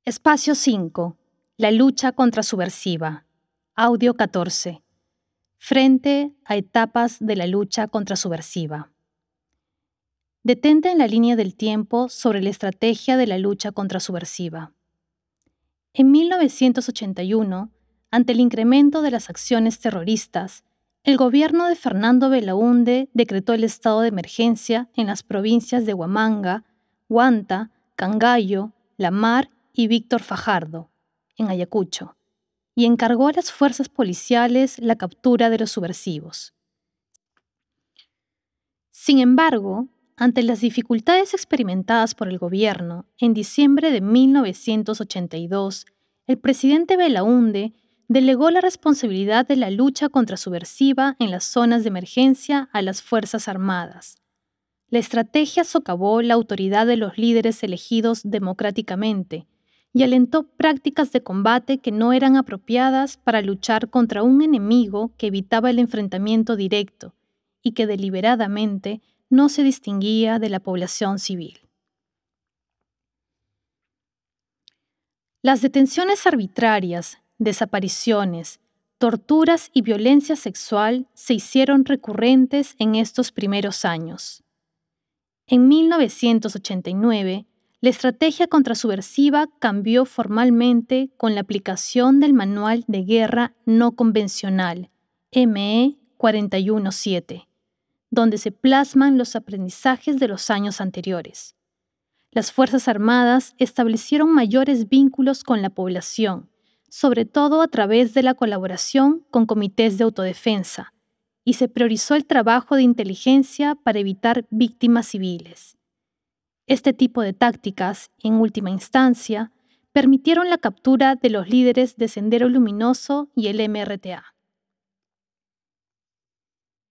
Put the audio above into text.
Espacio 5. La lucha contrasubversiva. Audio 14. Frente a etapas de la lucha contrasubversiva. Detente en la línea del tiempo sobre la estrategia de la lucha contrasubversiva. En 1981, ante el incremento de las acciones terroristas, el gobierno de Fernando Belaúnde decretó el estado de emergencia en las provincias de Huamanga, Huanta, Cangallo, La Mar y Víctor Fajardo, en Ayacucho, y encargó a las fuerzas policiales la captura de los subversivos. Sin embargo, ante las dificultades experimentadas por el gobierno, en diciembre de 1982, el presidente Belaúnde delegó la responsabilidad de la lucha contrasubversiva en las zonas de emergencia a las Fuerzas Armadas. La estrategia socavó la autoridad de los líderes elegidos democráticamente y alentó prácticas de combate que no eran apropiadas para luchar contra un enemigo que evitaba el enfrentamiento directo y que deliberadamente no se distinguía de la población civil. Las detenciones arbitrarias, desapariciones, torturas y violencia sexual se hicieron recurrentes en estos primeros años. En 1989, la estrategia contrasubversiva cambió formalmente con la aplicación del Manual de Guerra No Convencional, ME 417, donde se plasman los aprendizajes de los años anteriores. Las Fuerzas Armadas establecieron mayores vínculos con la población, sobre todo a través de la colaboración con comités de autodefensa, y se priorizó el trabajo de inteligencia para evitar víctimas civiles. Este tipo de tácticas, en última instancia, permitieron la captura de los líderes de Sendero Luminoso y el MRTA.